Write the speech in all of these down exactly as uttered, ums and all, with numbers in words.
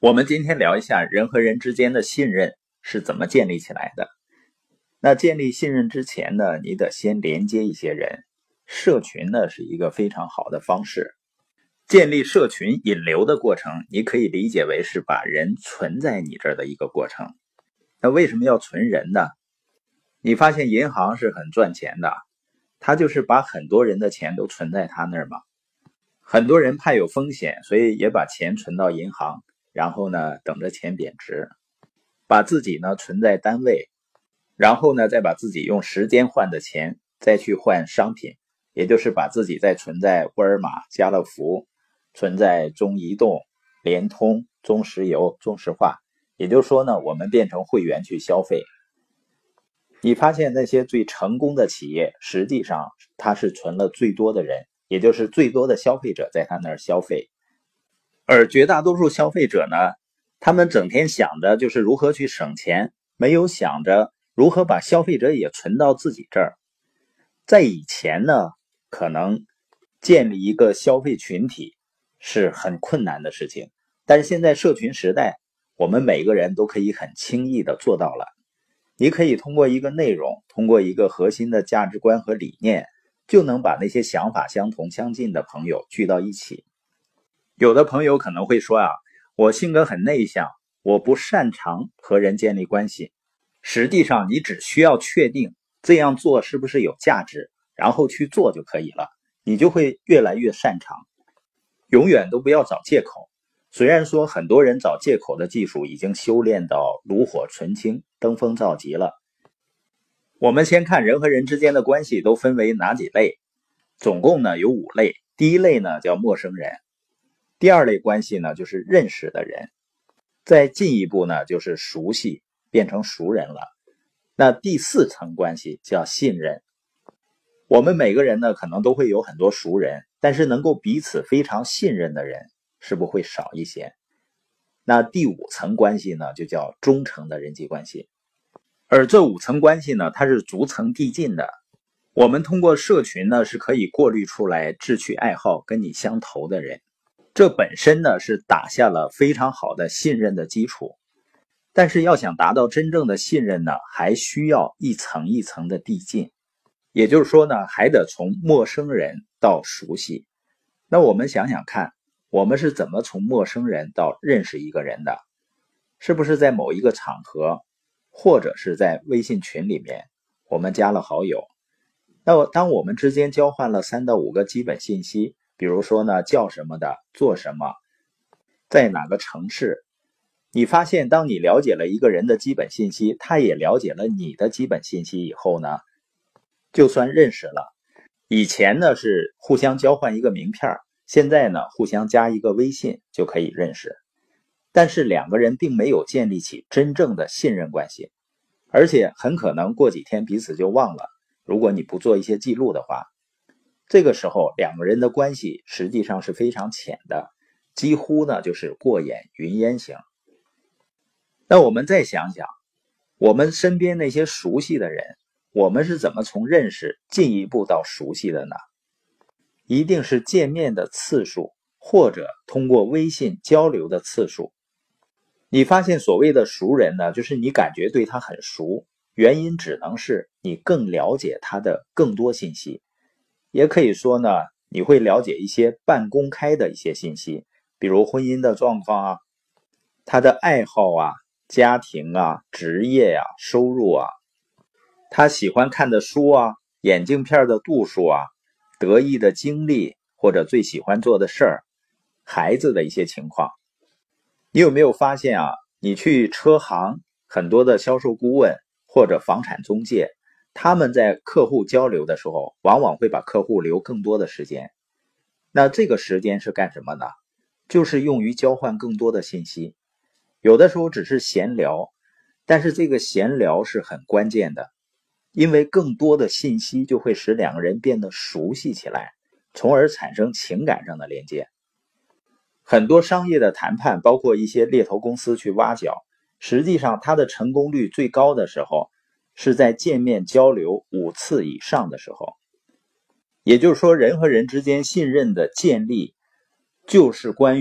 我们今天聊一下人和人之间的信任是怎么建立起来的。那建立信任之前呢，你得先连接一些人，社群呢是一个非常好的方式。建立社群引流的过程，你可以理解为是把人存在你这儿的一个过程。那为什么要存人呢？你发现银行是很赚钱的，它就是把很多人的钱都存在它那儿嘛。很多人怕有风险，所以也把钱存到银行，然后呢等着钱贬值，把自己呢存在单位，然后呢再把自己用时间换的钱再去换商品，也就是把自己再存在沃尔玛、家乐福，存在中移动、联通、中石油、中石化，也就是说呢我们变成会员去消费。你发现那些最成功的企业，实际上它是存了最多的人，也就是最多的消费者在他那儿消费。而绝大多数消费者呢，他们整天想着就是如何去省钱，没有想着如何把消费者也存到自己这儿。在以前呢，可能建立一个消费群体是很困难的事情，但是现在社群时代，我们每个人都可以很轻易的做到了。你可以通过一个内容，通过一个核心的价值观和理念，就能把那些想法相同相近的朋友聚到一起。有的朋友可能会说啊，我性格很内向，我不擅长和人建立关系。实际上你只需要确定这样做是不是有价值，然后去做就可以了，你就会越来越擅长。永远都不要找借口。虽然说很多人找借口的技术已经修炼到炉火纯青、登峰造极了。我们先看人和人之间的关系都分为哪几类，总共呢有五类。第一类呢叫陌生人，第二类关系呢就是认识的人，再进一步呢就是熟悉，变成熟人了。那第四层关系叫信任。我们每个人呢可能都会有很多熟人，但是能够彼此非常信任的人是不是会少一些？那第五层关系呢就叫忠诚的人际关系。而这五层关系呢它是逐层递进的。我们通过社群呢是可以过滤出来志趣爱好跟你相投的人，这本身呢是打下了非常好的信任的基础。但是要想达到真正的信任呢，还需要一层一层的递进。也就是说呢，还得从陌生人到熟悉。那我们想想看，我们是怎么从陌生人到认识一个人的？是不是在某一个场合，或者是在微信群里面，我们加了好友？那当我们之间交换了三到五个基本信息，比如说呢，叫什么的，做什么，在哪个城市，你发现当你了解了一个人的基本信息，他也了解了你的基本信息以后呢，就算认识了。以前呢是互相交换一个名片，现在呢互相加一个微信就可以认识。但是两个人并没有建立起真正的信任关系，而且很可能过几天彼此就忘了，如果你不做一些记录的话。这个时候两个人的关系实际上是非常浅的，几乎呢就是过眼云烟型。那我们再想想，我们身边那些熟悉的人，我们是怎么从认识进一步到熟悉的呢？一定是见面的次数，或者通过微信交流的次数。你发现所谓的熟人呢，就是你感觉对他很熟，原因只能是你更了解他的更多信息。也可以说呢，你会了解一些半公开的一些信息，比如婚姻的状况啊，他的爱好啊，家庭啊，职业啊，收入啊，他喜欢看的书啊，眼镜片的度数啊，得意的经历或者最喜欢做的事儿，孩子的一些情况。你有没有发现啊，你去车行，很多的销售顾问或者房产中介，他们在客户交流的时候，往往会把客户留更多的时间。那这个时间是干什么呢？就是用于交换更多的信息。有的时候只是闲聊，但是这个闲聊是很关键的，因为更多的信息就会使两个人变得熟悉起来，从而产生情感上的连接。很多商业的谈判，包括一些猎头公司去挖角，实际上它的成功率最高的时候是在见面交流五次以上的时候。也就是说，人和人之间信任的建立就是关于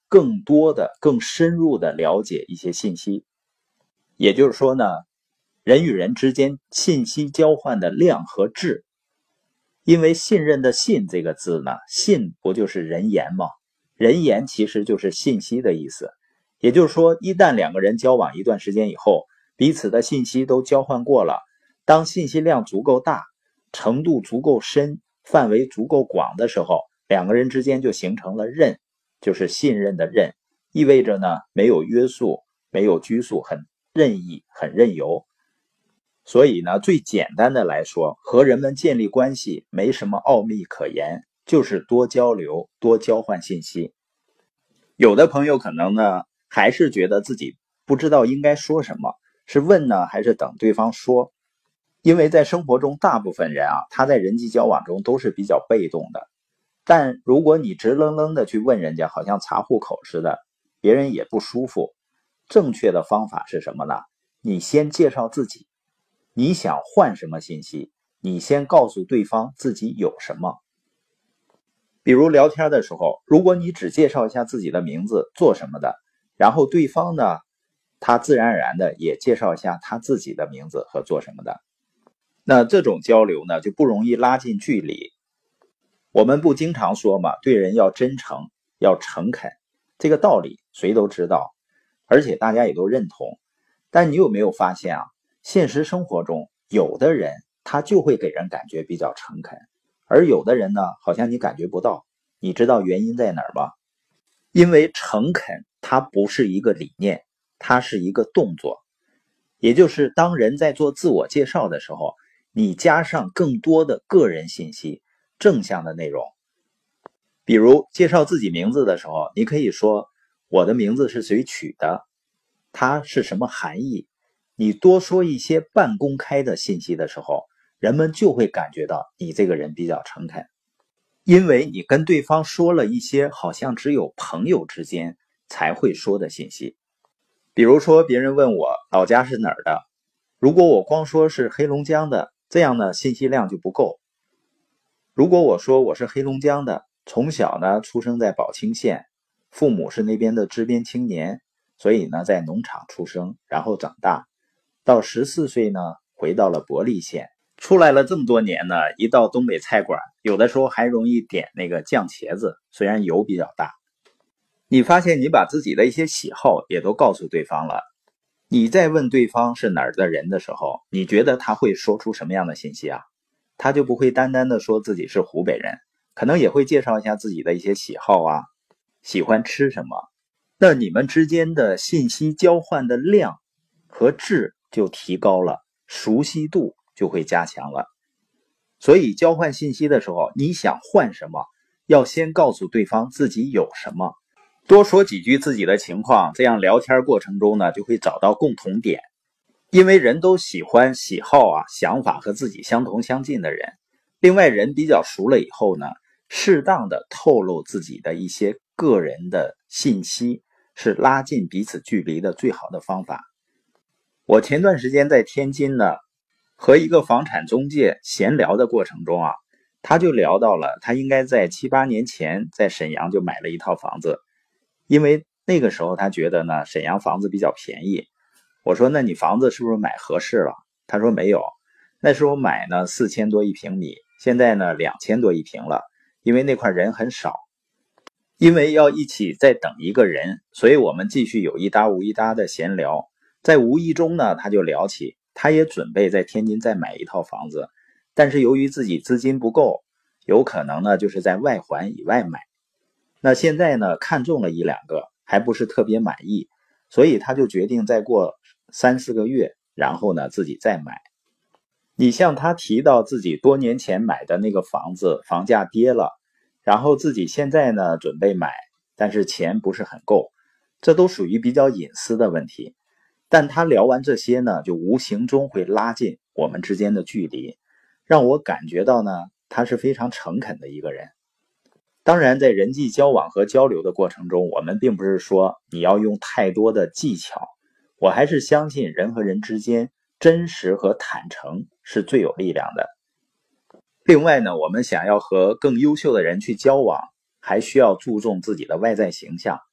更多的、更深入的了解一些信息。也就是说呢，人与人之间信息交换的量和质，因为信任的信这个字呢，信不就是人言吗？人言其实就是信息的意思。也就是说，一旦两个人交往一段时间以后，彼此的信息都交换过了，当信息量足够大，程度足够深，范围足够广的时候，两个人之间就形成了任，就是信任的任，意味着呢，没有约束，没有拘束，很任意，很任由。所以呢，最简单的来说，和人们建立关系没什么奥秘可言，就是多交流，多交换信息。有的朋友可能呢，还是觉得自己不知道应该说什么，是问呢，还是等对方说？因为在生活中，大部分人啊，他在人际交往中都是比较被动的。但如果你直愣愣的去问人家，好像查户口似的，别人也不舒服。正确的方法是什么呢？你先介绍自己，你想换什么信息，你先告诉对方自己有什么。比如聊天的时候，如果你只介绍一下自己的名字，做什么的，然后对方呢，他自然而然的也介绍一下他自己的名字和做什么的，那这种交流呢，就不容易拉近距离。我们不经常说嘛，对人要真诚，要诚恳，这个道理谁都知道，而且大家也都认同。但你有没有发现啊，现实生活中有的人他就会给人感觉比较诚恳，而有的人呢，好像你感觉不到。你知道原因在哪儿吗？因为诚恳它不是一个理念，它是一个动作。也就是当人在做自我介绍的时候，你加上更多的个人信息，正向的内容。比如介绍自己名字的时候，你可以说我的名字是谁取的，它是什么含义。你多说一些半公开的信息的时候，人们就会感觉到你这个人比较诚恳，因为你跟对方说了一些好像只有朋友之间才会说的信息。比如说别人问我老家是哪儿的，如果我光说是黑龙江的，这样呢信息量就不够。如果我说我是黑龙江的，从小呢出生在宝清县，父母是那边的支边青年，所以呢在农场出生，然后长大，到十四岁呢回到了伯利县，出来了这么多年呢，一到东北菜馆，有的时候还容易点那个酱茄子，虽然油比较大。你发现你把自己的一些喜好也都告诉对方了，你在问对方是哪儿的人的时候，你觉得他会说出什么样的信息啊？他就不会单单的说自己是湖北人，可能也会介绍一下自己的一些喜好啊，喜欢吃什么。那你们之间的信息交换的量和质就提高了，熟悉度就会加强了。所以交换信息的时候，你想换什么，要先告诉对方自己有什么，多说几句自己的情况，这样聊天过程中呢，就会找到共同点。因为人都喜欢喜好啊、想法和自己相同相近的人。另外，人比较熟了以后呢，适当的透露自己的一些个人的信息，是拉近彼此距离的最好的方法。我前段时间在天津呢，和一个房产中介闲聊的过程中啊，他就聊到了他应该在七八年前在沈阳就买了一套房子，因为那个时候他觉得呢，沈阳房子比较便宜。我说那你房子是不是买合适了？他说没有，那时候买呢四千多一平米，现在呢两千多一平了，因为那块人很少。因为要一起再等一个人，所以我们继续有一搭无一搭的闲聊。在无意中呢，他就聊起他也准备在天津再买一套房子，但是由于自己资金不够，有可能呢就是在外环以外买。那现在呢看中了一两个，还不是特别满意，所以他就决定再过三四个月，然后呢自己再买。你像他提到自己多年前买的那个房子，房价跌了，然后自己现在呢准备买，但是钱不是很够，这都属于比较隐私的问题。但他聊完这些呢，就无形中会拉近我们之间的距离，让我感觉到呢，他是非常诚恳的一个人。当然，在人际交往和交流的过程中，我们并不是说你要用太多的技巧，我还是相信人和人之间真实和坦诚是最有力量的。另外呢，我们想要和更优秀的人去交往，还需要注重自己的外在形象，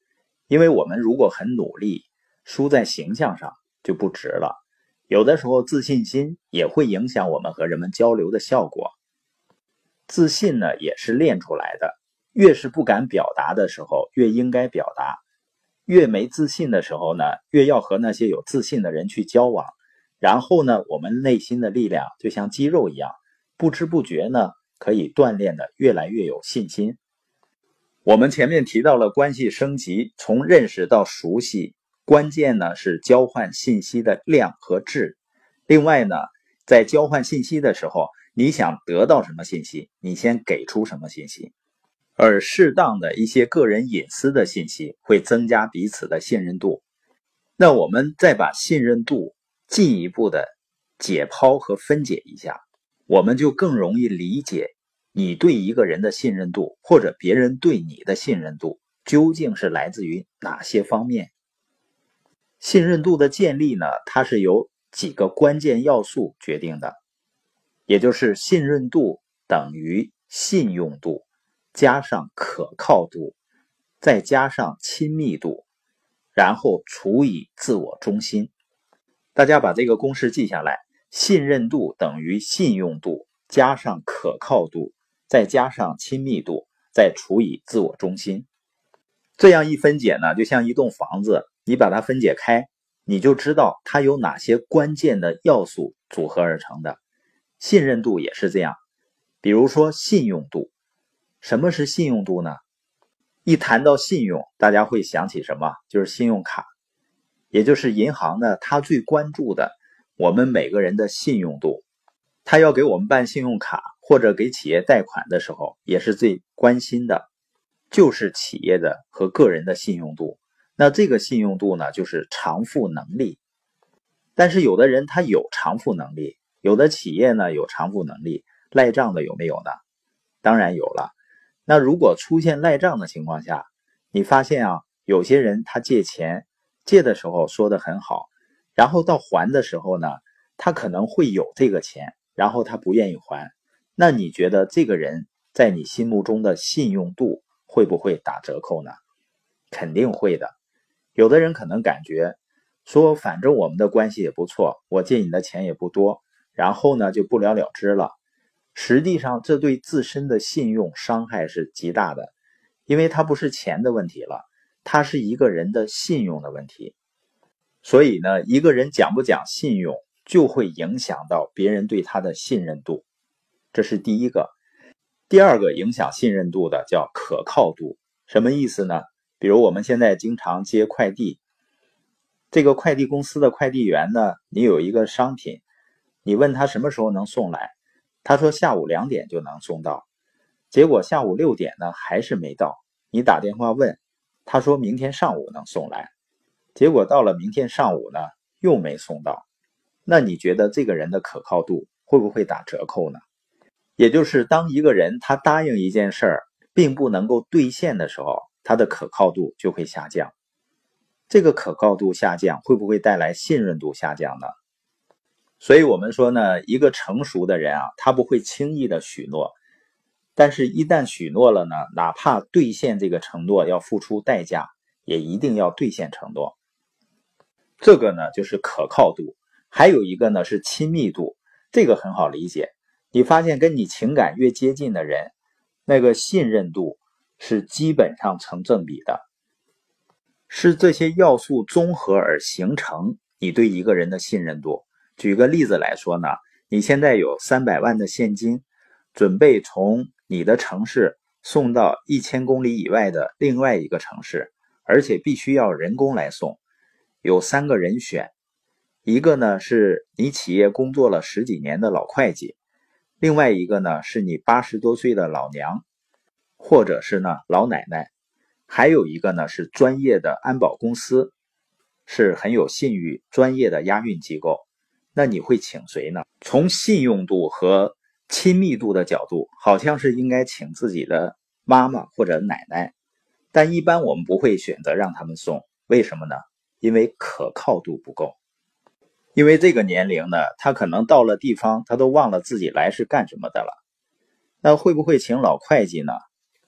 因为我们如果很努力，输在形象上就不值了。有的时候自信心也会影响我们和人们交流的效果。自信呢也是练出来的，越是不敢表达的时候，越应该表达。越没自信的时候呢，越要和那些有自信的人去交往。然后呢，我们内心的力量就像肌肉一样，不知不觉呢，可以锻炼的越来越有信心。我们前面提到了关系升级，从认识到熟悉，关键呢是交换信息的量和质。另外呢，在交换信息的时候，你想得到什么信息，你先给出什么信息。而适当的一些个人隐私的信息会增加彼此的信任度。那我们再把信任度进一步的解剖和分解一下，我们就更容易理解你对一个人的信任度，或者别人对你的信任度究竟是来自于哪些方面。信任度的建立呢，它是由几个关键要素决定的，也就是信任度等于信用度加上可靠度再加上亲密度，然后除以自我中心。大家把这个公式记下来，信任度等于信用度加上可靠度再加上亲密度再除以自我中心。这样一分解呢，就像一栋房子，你把它分解开，你就知道它有哪些关键的要素组合而成的。信任度也是这样，比如说信用度。什么是信用度呢？一谈到信用，大家会想起什么？就是信用卡。也就是银行呢，它最关注的我们每个人的信用度。它要给我们办信用卡或者给企业贷款的时候，也是最关心的，就是企业的和个人的信用度。那这个信用度呢，就是偿付能力。但是有的人他有偿付能力，有的企业呢有偿付能力，赖账的有没有呢？当然有了。那如果出现赖账的情况下，你发现啊，有些人他借钱借的时候说得很好，然后到还的时候呢，他可能会有这个钱，然后他不愿意还。那你觉得这个人在你心目中的信用度会不会打折扣呢？肯定会的。有的人可能感觉说，反正我们的关系也不错，我借你的钱也不多，然后呢就不了了之了。实际上这对自身的信用伤害是极大的，因为它不是钱的问题了，它是一个人的信用的问题。所以呢，一个人讲不讲信用，就会影响到别人对他的信任度，这是第一个。第二个影响信任度的叫可靠度。什么意思呢？比如我们现在经常接快递，这个快递公司的快递员呢，你有一个商品，你问他什么时候能送来，他说下午两点就能送到，结果下午六点呢还是没到，你打电话问，他说明天上午能送来，结果到了明天上午呢又没送到。那你觉得这个人的可靠度会不会打折扣呢？也就是当一个人他答应一件事儿并不能够兑现的时候，他的可靠度就会下降。这个可靠度下降会不会带来信任度下降呢？所以我们说呢，一个成熟的人啊，他不会轻易的许诺，但是一旦许诺了呢，哪怕兑现这个承诺要付出代价，也一定要兑现承诺。这个呢就是可靠度。还有一个呢是亲密度，这个很好理解。你发现跟你情感越接近的人，那个信任度是基本上成正比的。是这些要素综合而形成你对一个人的信任度。举个例子来说呢，你现在有三百万的现金，准备从你的城市送到一千公里以外的另外一个城市，而且必须要人工来送。有三个人选，一个呢是你企业工作了十几年的老会计，另外一个呢是你八十多岁的老娘，或者是呢老奶奶，还有一个呢是专业的安保公司，是很有信誉专业的押运机构。那你会请谁呢？从信用度和亲密度的角度，好像是应该请自己的妈妈或者奶奶，但一般我们不会选择让他们送。为什么呢？因为可靠度不够。因为这个年龄呢，他可能到了地方他都忘了自己来是干什么的了。那会不会请老会计呢？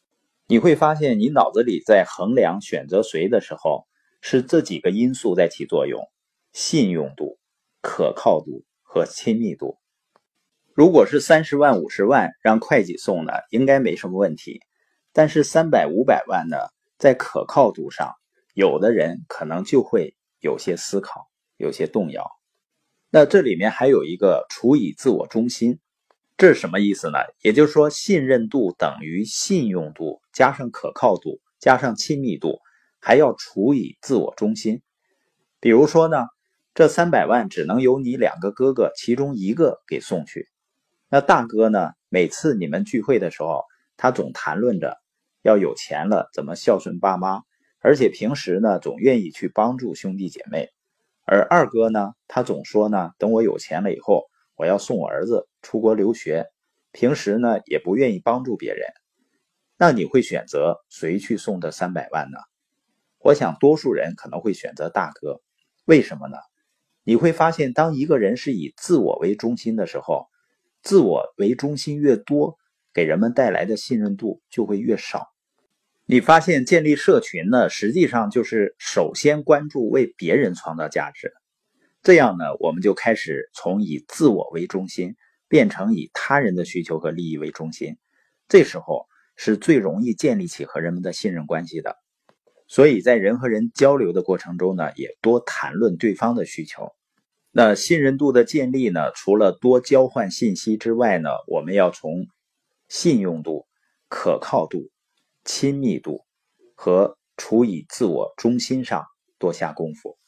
你会发现你脑子里在衡量选择谁的时候，是这几个因素在起作用：信用度、可靠度和亲密度。如果是三十万、五十万让会计送呢，应该没什么问题。但是三百、五百万呢，在可靠度上，有的人可能就会有些思考，有些动摇。那这里面还有一个除以自我中心，这是什么意思呢？也就是说，信任度等于信用度加上可靠度加上亲密度，还要除以自我中心。比如说呢，这三百万只能由你两个哥哥其中一个给送去。那大哥呢，每次你们聚会的时候，他总谈论着要有钱了怎么孝顺爸妈，而且平时呢总愿意去帮助兄弟姐妹。而二哥呢，他总说呢，等我有钱了以后，我要送我儿子出国留学，平时呢也不愿意帮助别人。那你会选择谁去送这三百万呢？我想多数人可能会选择大哥。为什么呢？你会发现，当一个人是以自我为中心的时候，自我为中心越多，给人们带来的信任度就会越少。你发现建立社群呢，实际上就是首先关注为别人创造价值。这样呢，我们就开始从以自我为中心，变成以他人的需求和利益为中心。这时候是最容易建立起和人们的信任关系的。所以在人和人交流的过程中呢，也多谈论对方的需求。那信任度的建立呢，除了多交换信息之外呢，我们要从信用度、可靠度、亲密度和除以自我中心上多下功夫。